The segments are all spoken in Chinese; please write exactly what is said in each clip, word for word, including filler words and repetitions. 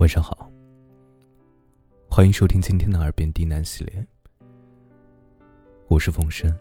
晚上好，欢迎收听今天的耳边低喃系列，我是冯生。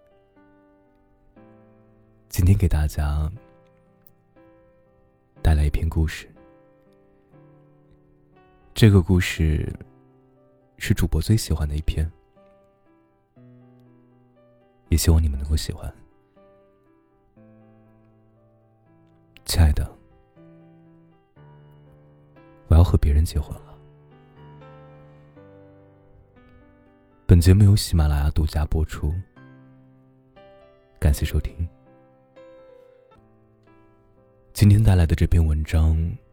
今天给大家带来一篇故事，这个故事是主播最喜欢的一篇，也希望你们能够喜欢。亲爱的，我要和别人结婚了。本节目由喜马拉雅独家播出，感谢收听。今天带来的这篇文章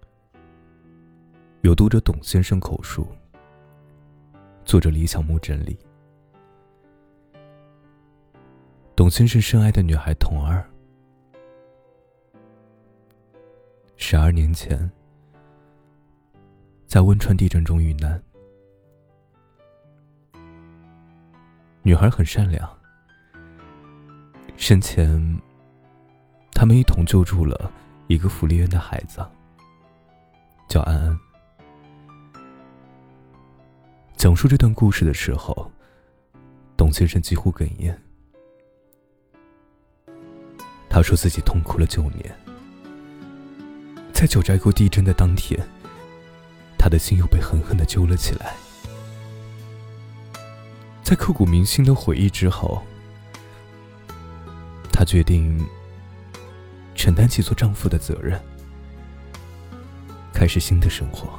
由读者董先生口述，作者李小木整理。董先生深爱的女孩童儿，十二年前在汶川地震中遇难。女孩很善良，生前他们一同救助了一个福利院的孩子，叫安安。讲述这段故事的时候，董先生几乎哽咽。他说自己痛哭了九年，在九寨沟地震的当天，他的心又被狠狠地揪了起来。在刻骨铭心的回忆之后，他决定承担起做丈夫的责任，开始新的生活。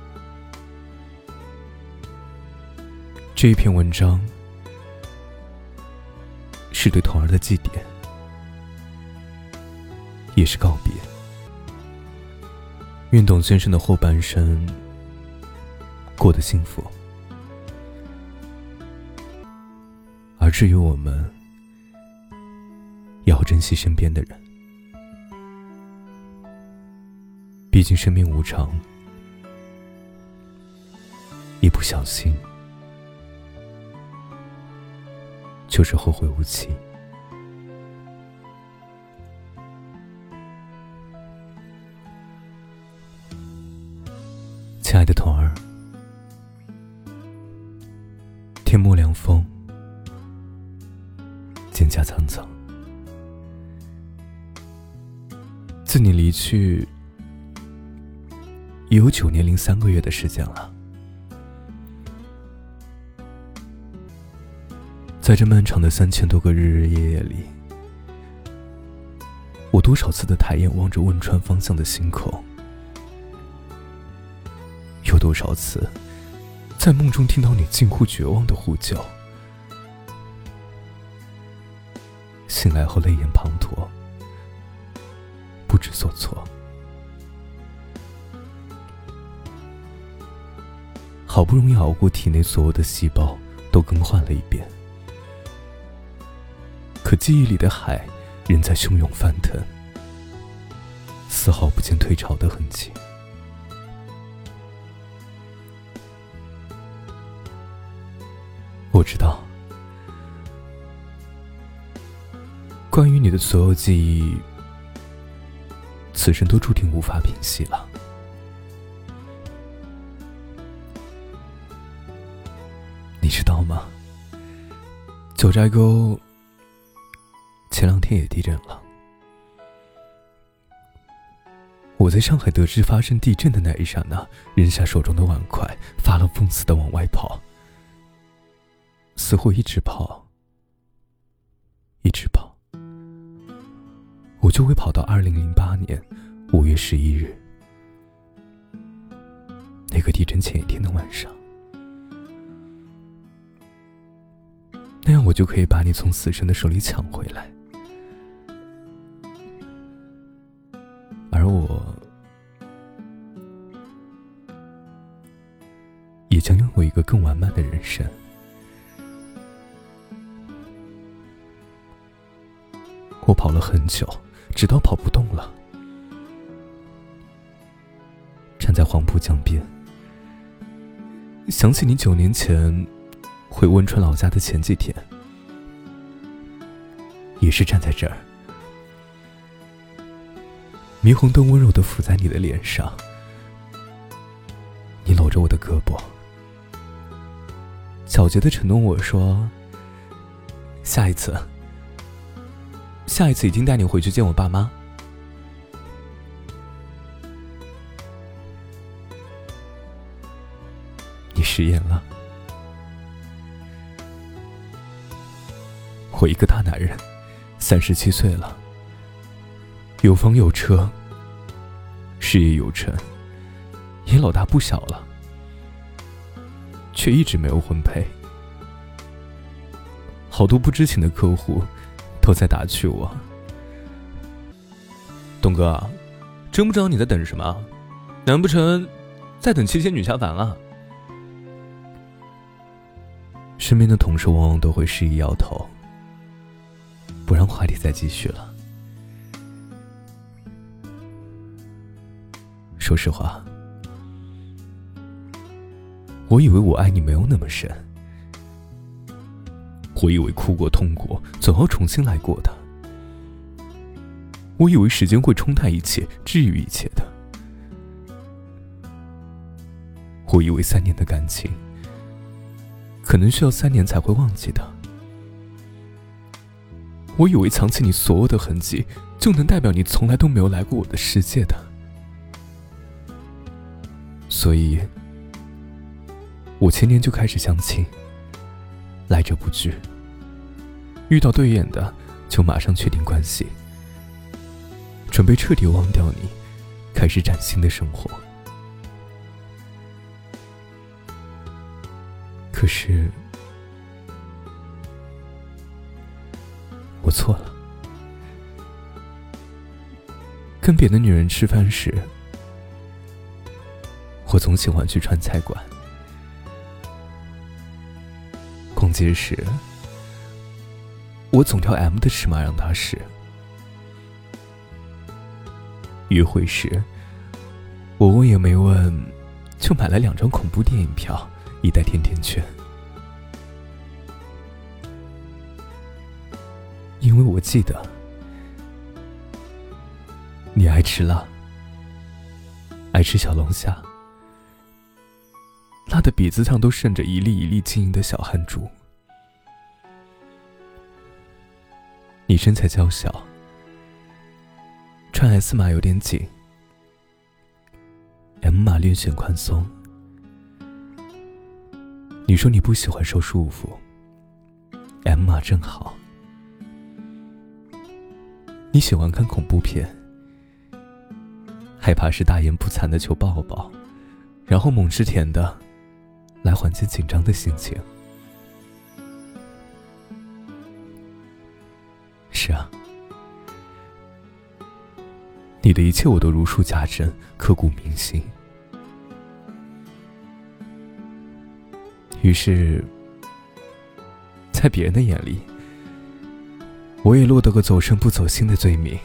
这一篇文章是对童儿的祭奠，也是告别。愿董先生的后半生过得幸福，而至于我们，要珍惜身边的人。毕竟生命无常，一不小心就是后会无期。亲爱的童儿，天末凉风，蒹葭苍苍。自你离去也有九年零三个月的时间了。在这漫长的三千多个日日夜夜里，我多少次的抬眼望着汶川方向的星空，有多少次在梦中听到你近乎绝望的呼救，醒来后泪眼滂沱，不知所措。好不容易熬过体内所有的细胞都更换了一遍，可记忆里的海仍在汹涌翻腾，丝毫不见退潮的痕迹。我知道，关于你的所有记忆，此生都注定无法平息了。你知道吗？九寨沟前两天也地震了。我在上海得知发生地震的那一刹那，扔下手中的碗筷，发了疯似的往外跑，似乎一直跑，一直跑，我就会跑到二零零八年五月十一日，那个地震前一天的晚上。那样我就可以把你从死神的手里抢回来，而我也将拥有一个更完满的人生。我跑了很久，直到跑不动了，站在黄浦江边，想起你九年前回汶川老家的前几天，也是站在这儿，霓虹灯温柔地抚在你的脸上， 着我的胳膊，皎洁的承诺我说，下一次下一次一定带你回去见我爸妈。你食言了。我一个大男人，三十七岁了，有房有车，事业有成，也老大不小了，却一直没有婚配。好多不知情的客户都在打趣我，东哥，真不知道你在等什么？难不成在等七仙女下凡啊？身边的同事往往都会示意摇头，不让话题再继续了。说实话，我以为我爱你没有那么深，我以为哭过痛过总要重新来过的，我以为时间会冲淡一切，治愈一切的，我以为三年的感情可能需要三年才会忘记的，我以为藏起你所有的痕迹就能代表你从来都没有来过我的世界的。所以我前年就开始相亲，来者不拒，遇到对眼的就马上确定关系，准备彻底忘掉你，开始崭新的生活。可是我错了，跟别的女人吃饭时，我总喜欢去川菜馆，逛街时我总挑 M 的尺码让她试，约会时我问也没问就买了两张恐怖电影票，一袋甜甜圈。因为我记得你爱吃辣，爱吃小龙虾，辣的鼻子上都渗着一粒一粒晶莹的小汗珠。你身材娇小，穿 S 码有点紧， M 码略显宽松。你说你不喜欢受束缚， M 码正好。你喜欢看恐怖片，害怕是大言不惭的求抱抱，然后猛吃甜的来缓解紧张的心情。是啊，你的一切我都如数家珍，刻骨铭心。于是在别人的眼里，我也落得个走身不走心的罪名。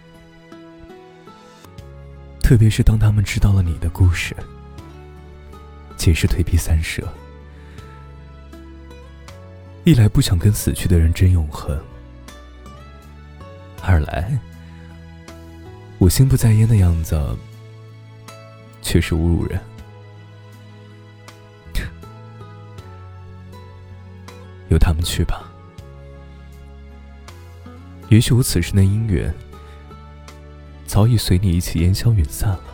特别是当他们知道了你的故事，皆是退避三舍。一来不想跟死去的人争永恒，二来我心不在焉的样子却是侮辱人。由他们去吧，也许我此时的姻缘早已随你一起烟消云散了。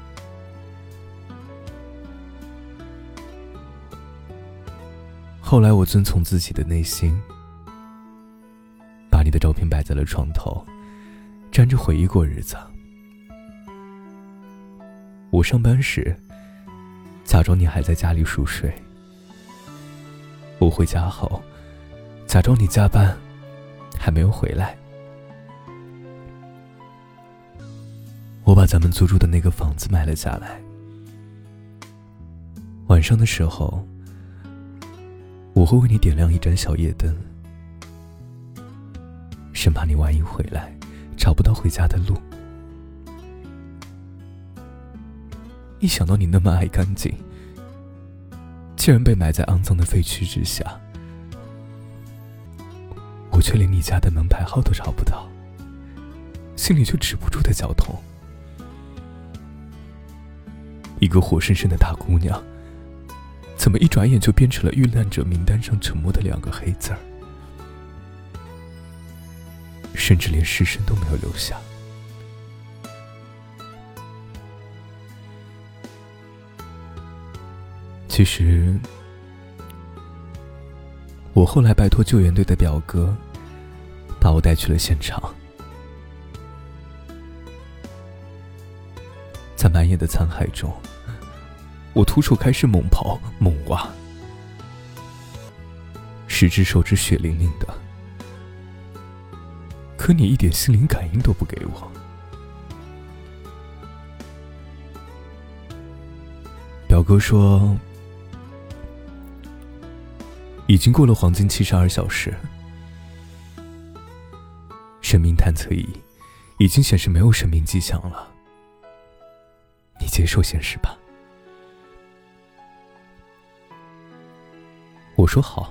后来我遵从自己的内心，把你的照片摆在了床头，沾着回忆过日子。我上班时假装你还在家里熟睡，我回家后假装你加班还没有回来。我把咱们租住的那个房子买了下来，晚上的时候我会为你点亮一盏小夜灯，生怕你万一回来找不到回家的路。一想到你那么爱干净，竟然被埋在肮脏的废墟之下，我却连你家的门牌号都找不到，心里就止不住的绞痛。一个活生生的大姑娘怎么一转眼就变成了遇难者名单上沉默的两个黑字儿，甚至连尸身都没有留下。其实，我后来拜托救援队的表哥，把我带去了现场。在满眼的残骸中，我徒手开始猛刨猛挖，十只手指血淋淋的，可你一点心灵感应都不给我。表哥说，已经过了黄金七十二小时，生命探测仪已经显示没有生命迹象了，你接受现实吧。我说好。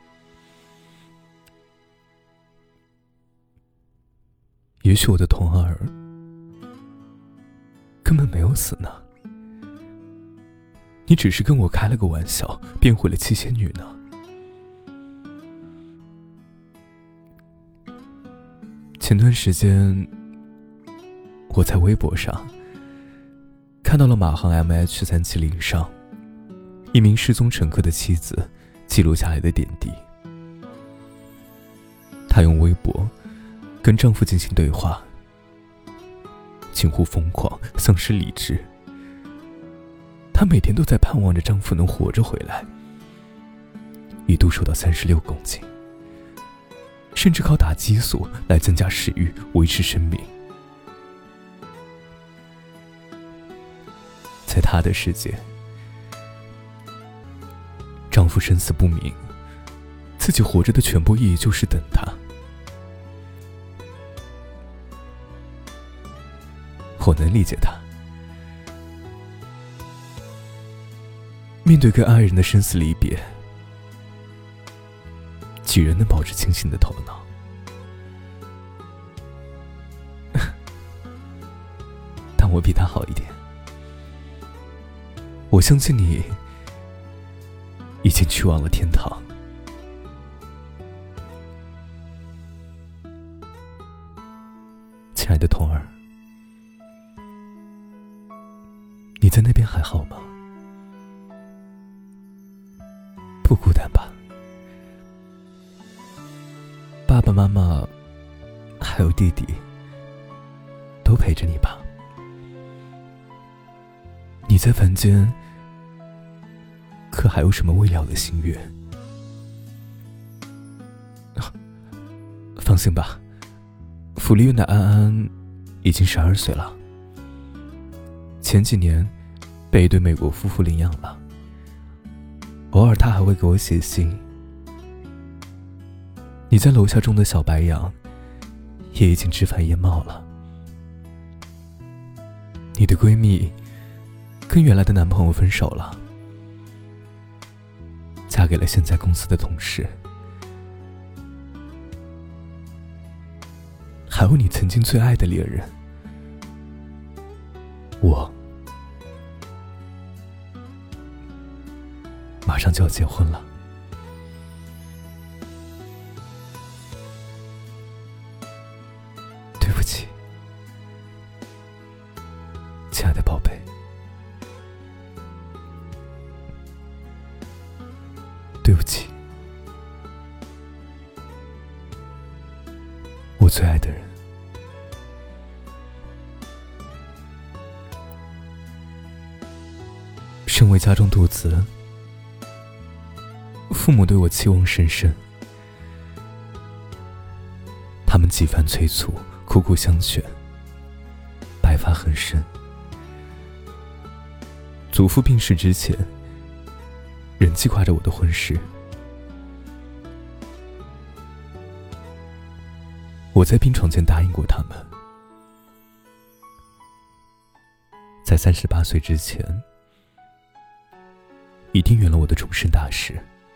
也许我的童儿根本没有死呢，你只是跟我开了个玩笑，变回了七仙女呢。前段时间，我在微博上看到了马航 M H 三七零上一名失踪乘客的妻子记录下来的点滴。她用微博跟丈夫进行对话，近乎疯狂，丧失理智。她每天都在盼望着丈夫能活着回来，一度瘦到三十六公斤，甚至靠打激素来增加食欲，维持生命。在她的世界，丈夫生死不明，自己活着的全部意义就是等他。我能理解他，面对跟爱人的生死离别，几人能保持清醒的头脑？但我比他好一点。我相信你已经去往了天堂。亲爱的童儿，你在那边还好吗？不孤单吧？爸爸妈妈还有弟弟都陪着你吧？你在凡间可还有什么未了的心愿？放心吧，福利院的安安已经十二岁了，前几年被一对美国夫妇领养了，偶尔他还会给我写信。你在楼下种的小白杨也已经枝繁叶茂了。你的闺蜜跟原来的男朋友分手了，嫁给了现在公司的同事。还有你曾经最爱的恋人，我马上就要结婚了。对不起，亲爱的宝贝。对不起，我最爱的人。身为家中独子，父母对我期望甚深，他们几番催促，苦苦相劝，白发横生。祖父病逝之前，仍记挂着我的婚事。我在病床前答应过他们，在三十八岁之前，一定圆了我的终身大事。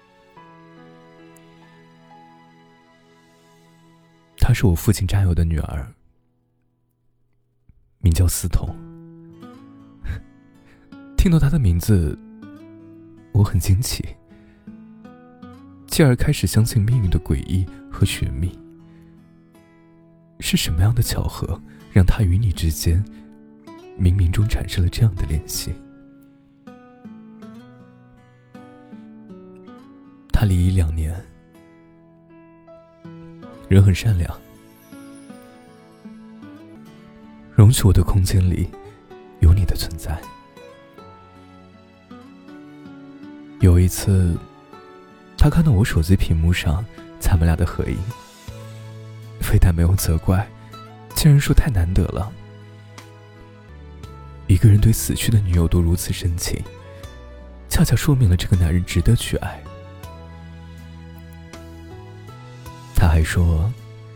她是我父亲战友的女儿，名叫思彤。听到她的名字， 我很惊奇，继而开始相信命运的诡异和玄秘。是什么样的巧合，让他与你之间冥冥中产生了这样的联系？他离异两年，人很善良，容许我的空间里有你的存在。有一次，他看到我手机屏幕上咱们俩的合影，非但没有责怪，竟然说太难得了。一个人对死去的女友都如此深情，恰恰说明了这个男人值得去爱。他还说，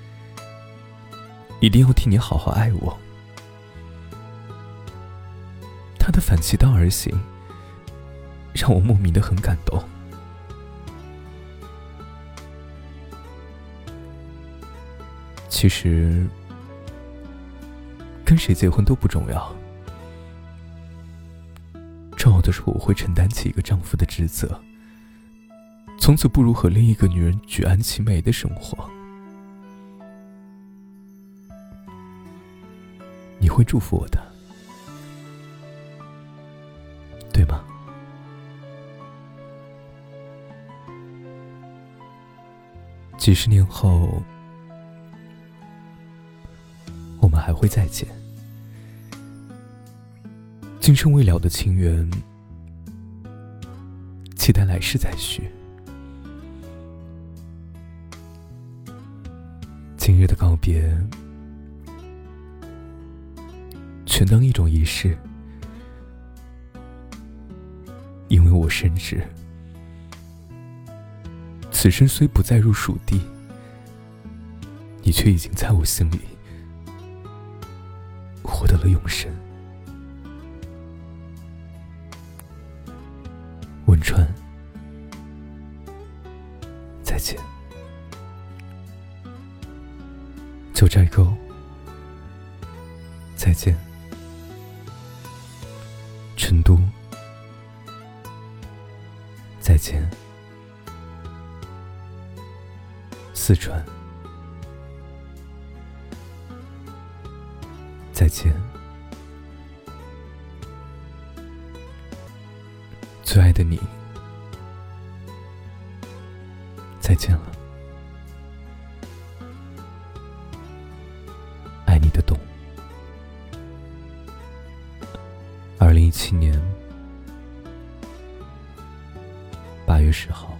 一定要替你好好爱我。他的反其道而行，让我莫名的很感动。其实，跟谁结婚都不重要，重要的是我会承担起一个丈夫的职责，从此不如和另一个女人举案齐眉的生活。你会祝福我的，对吗？几十年后，我们还会再见。今生未了的情缘，期待来世再续。今日的告别，全当一种仪式，因为我深知，此生虽不再入蜀地，你却已经在我心里获得了永生。汶川，再见。九寨沟，再见。成都，再见。四川，再见。最爱的你，再见了。爱你的懂。二零一七年八月十号。